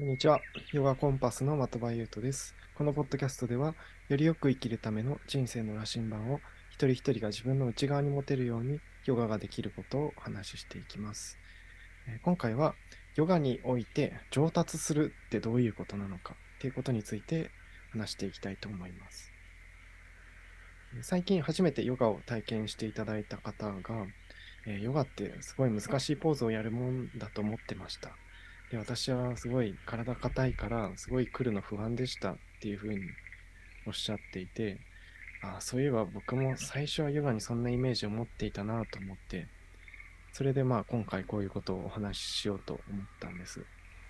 こんにちは。ヨガコンパスの的場優斗です。このポッドキャストでは、よりよく生きるための人生の羅針盤を一人一人が自分の内側に持てるようにヨガができることをお話ししていきます。今回は、ヨガにおいて上達するってどういうことなのかっていうことについて話していきたいと思います。最近初めてヨガを体験していただいた方が、ヨガってすごい難しいポーズをやるもんだと思ってました。で、私はすごい体硬いから、すごい来るの不安でしたっていうふうにおっしゃっていて、そういえば僕も最初はヨガにそんなイメージを持っていたなと思って、それで今回こういうことをお話ししようと思ったんです。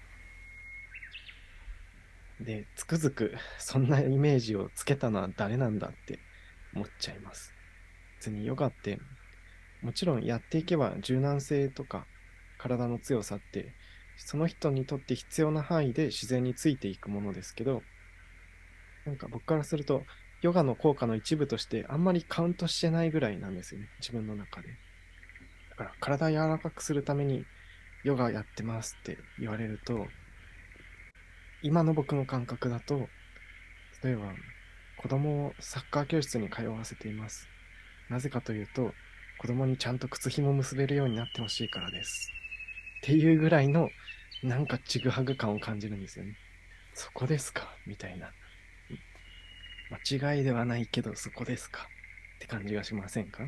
で、つくづくそんなイメージをつけたのは誰なんだって思っちゃいます。別にヨガってもちろんやっていけば柔軟性とか体の強さってその人にとって必要な範囲で自然についていくものですけど、なんか僕からするとヨガの効果の一部としてあんまりカウントしてないぐらいなんですよね、自分の中で。だから体を柔らかくするためにヨガやってますって言われると、今の僕の感覚だと、例えば子供をサッカー教室に通わせています。なぜかというと、子供にちゃんと靴紐結べるようになってほしいからです。っていうぐらいの、なんかちぐはぐ感を感じるんですよね。そこですかみたいな。間違いではないけど、そこですかって感じがしませんか？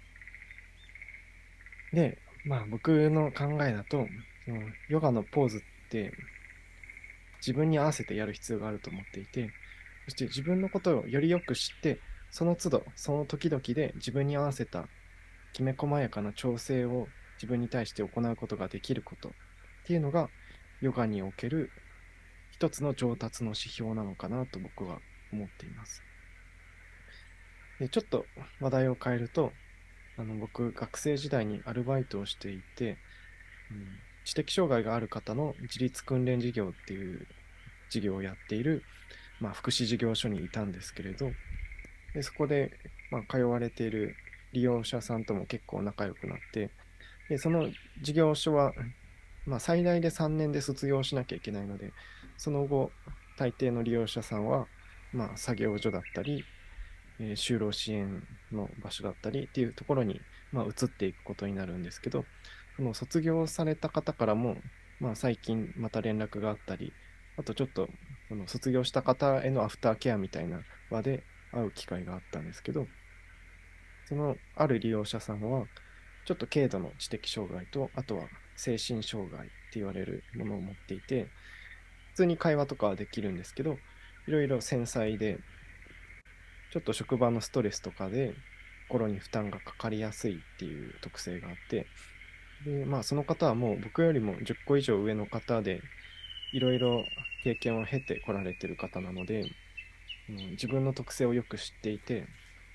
で、僕の考えだと、そのヨガのポーズって自分に合わせてやる必要があると思っていて、そして自分のことをよりよく知って、その都度、その時々で自分に合わせたきめ細やかな調整を自分に対して行うことができることっていうのが、ヨガにおける一つの上達の指標なのかなと僕は思っています。で、ちょっと話題を変えると、僕、学生時代にアルバイトをしていて、知的障害がある方の自立訓練事業っていう事業をやっている、福祉事業所にいたんですけれど、でそこで、通われている利用者さんとも結構仲良くなって、で、その事業所は、最大で3年で卒業しなきゃいけないので、その後、大抵の利用者さんは、作業所だったり、就労支援の場所だったりっていうところに、移っていくことになるんですけど、その卒業された方からも、最近また連絡があったり、あとちょっと、その卒業した方へのアフターケアみたいな場で会う機会があったんですけど、そのある利用者さんは、ちょっと軽度の知的障害と、あとは精神障害って言われるものを持っていて、普通に会話とかはできるんですけど、いろいろ繊細で、ちょっと職場のストレスとかで心に負担がかかりやすいっていう特性があって、で、その方はもう僕よりも10個以上上の方で、いろいろ経験を経て来られてる方なので、自分の特性をよく知っていて、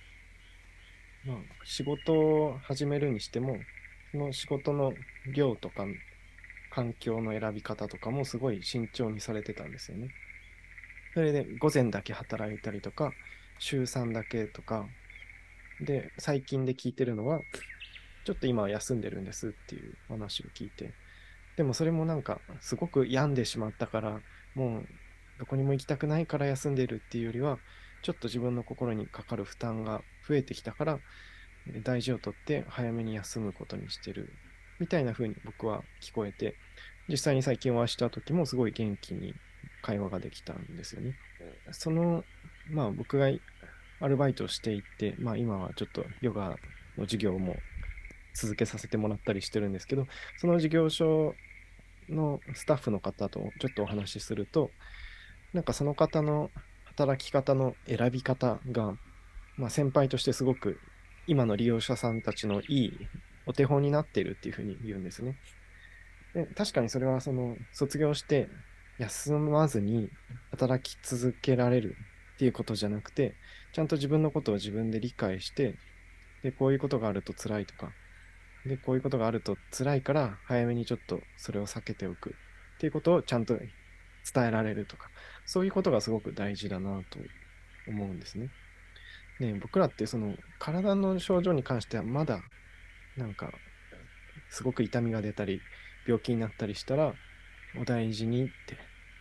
仕事を始めるにしても、その仕事の量とか環境の選び方とかもすごい慎重にされてたんですよね。それで午前だけ働いたりとか、週3だけとか、で、最近で聞いてるのは、ちょっと今は休んでるんですっていう話を聞いて、でもそれもなんか、すごく病んでしまったから、もうどこにも行きたくないから休んでるっていうよりは、ちょっと自分の心にかかる負担が増えてきたから、大事をとって早めに休むことにしてる、みたいな風に僕は聞こえて、実際に最近お会いした時もすごい元気に会話ができたんですよね。その、僕がアルバイトをしていて、今はちょっとヨガの授業も続けさせてもらったりしてるんですけど、その事業所のスタッフの方とちょっとお話しすると、なんかその方の働き方の選び方が、先輩としてすごく今の利用者さんたちのいいお手本になっているっていうふうに言うんですね。で、確かにそれはその卒業して休まずに働き続けられるっていうことじゃなくて、ちゃんと自分のことを自分で理解して、で、こういうことがあると辛いとか、で、こういうことがあると辛いから早めにちょっとそれを避けておくっていうことをちゃんと伝えられるとか、そういうことがすごく大事だなと思うんですね。ね、僕らってその体の症状に関してはまだなんかすごく痛みが出たり病気になったりしたらお大事にって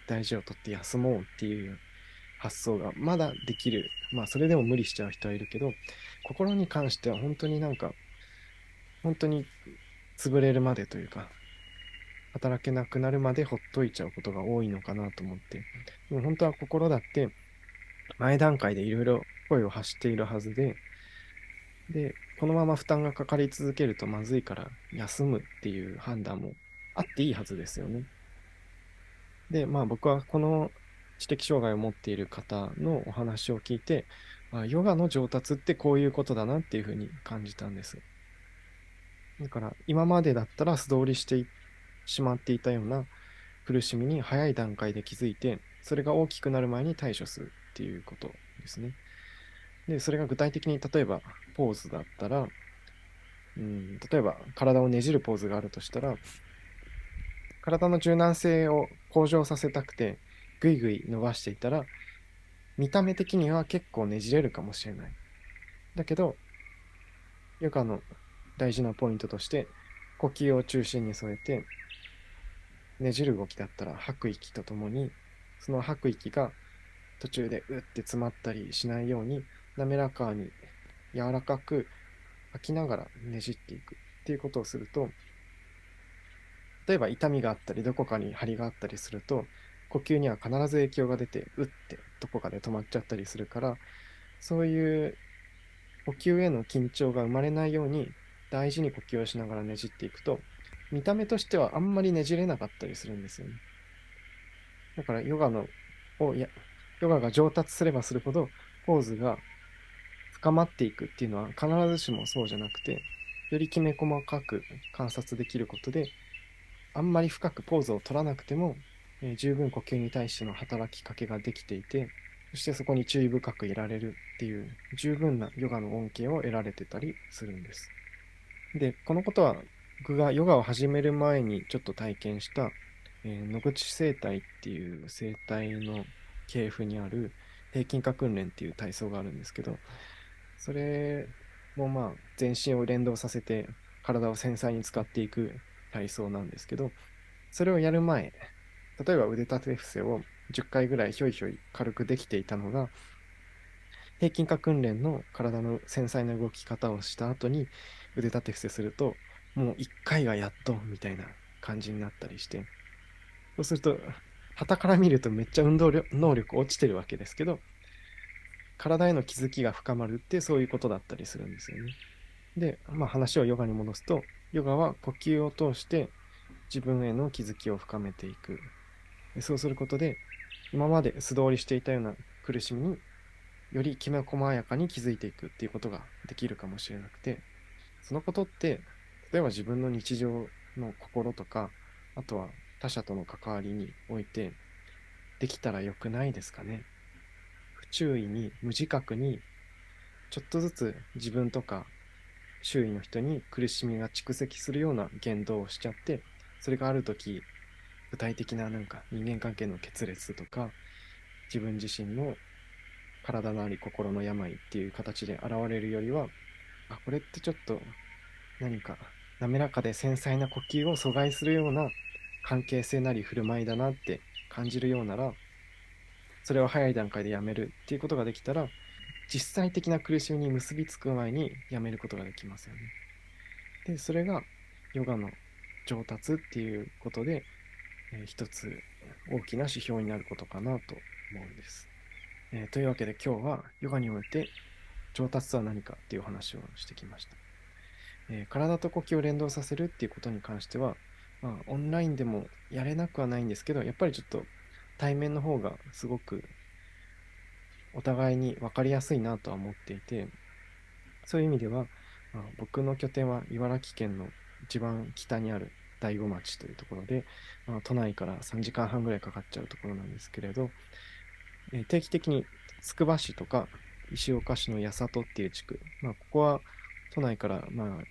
大事をとって休もうっていう発想がまだできる。まあ、それでも無理しちゃう人はいるけど、心に関しては本当に本当に潰れるまでというか、働けなくなるまでほっといちゃうことが多いのかなと思って。でも本当は心だって前段階でいろいろ声を発しているはずで、このまま負担がかかり続けるとまずいから休むっていう判断もあっていいはずですよね。で、まあ僕はこの知的障害を持っている方のお話を聞いて、ヨガの上達ってこういうことだなっていうふうに感じたんです。だから今までだったら素通りしてしまっていたような苦しみに早い段階で気づいて、それが大きくなる前に対処するっていうことですね。で、それが具体的に例えばポーズだったら、例えば体をねじるポーズがあるとしたら、体の柔軟性を向上させたくて、ぐいぐい伸ばしていたら、見た目的には結構ねじれるかもしれない。だけど、ヨガの大事なポイントとして、呼吸を中心に添えて、ねじる動きだったら吐く息とともに、その吐く息が途中でうって詰まったりしないように、滑らかに柔らかく吐きながらねじっていくっていうことをすると、例えば痛みがあったり、どこかに張りがあったりすると、呼吸には必ず影響が出て、うってどこかで止まっちゃったりするから、そういう呼吸への緊張が生まれないように、大事に呼吸をしながらねじっていくと、見た目としてはあんまりねじれなかったりするんですよね。だからをや、ヨガが上達すればするほど、ポーズが深まっていくっていうのは必ずしもそうじゃなくて、よりきめ細かく観察できることで、あんまり深くポーズを取らなくても、十分呼吸に対しての働きかけができていて、そしてそこに注意深くいられるっていう十分なヨガの恩恵を得られてたりするんです。で、このことは僕がヨガを始める前にちょっと体験した、野口生態っていう生態の系譜にある平均化訓練っていう体操があるんですけど、それもまあ全身を連動させて体を繊細に使っていく体操なんですけど、それをやる前、例えば腕立て伏せを10回ぐらいひょいひょい軽くできていたのが、平均化訓練の体の繊細な動き方をした後に腕立て伏せすると、もう1回がやっとみたいな感じになったりして、そうすると、傍から見るとめっちゃ運動能力落ちてるわけですけど、体への気づきが深まるってそういうことだったりするんですよね。で、まあ話をヨガに戻すと、ヨガは呼吸を通して自分への気づきを深めていく。そうすることで、今まで素通りしていたような苦しみによりきめ細やかに気づいていくっていうことができるかもしれなくて、そのことって、例えば自分の日常の心とか、あとは他者との関わりにおいてできたらよくないですかね。不注意に、無自覚に、ちょっとずつ自分とか周囲の人に苦しみが蓄積するような言動をしちゃって、それがある時、具体的ななんか人間関係の決裂とか、自分自身の体のあり心の病っていう形で現れるよりは、これってちょっと何か滑らかで繊細な呼吸を阻害するような関係性なり振る舞いだなって感じるようなら、それを早い段階でやめるっていうことができたら、実際的な苦しみに結びつく前にやめることができますよね。で、それがヨガの上達っていうことで、一つ大きな指標になることかなと思うんです。というわけで今日はヨガにおいて上達とは何かっていう話をしてきました。体と呼吸を連動させるっていうことに関しては、オンラインでもやれなくはないんですけど、やっぱりちょっと対面の方がすごくお互いに分かりやすいなとは思っていて、そういう意味では、僕の拠点は茨城県の一番北にある大子町というところで、都内から3時間半ぐらいかかっちゃうところなんですけれど、定期的につくば市とか石岡市の八里っていう地区、ここは都内から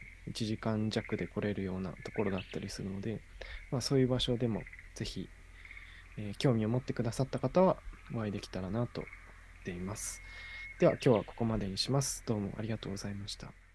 1時間弱で来れるようなところだったりするので、そういう場所でもぜひ、興味を持ってくださった方はお会いできたらなと思っています。では今日はここまでにします。どうもありがとうございました。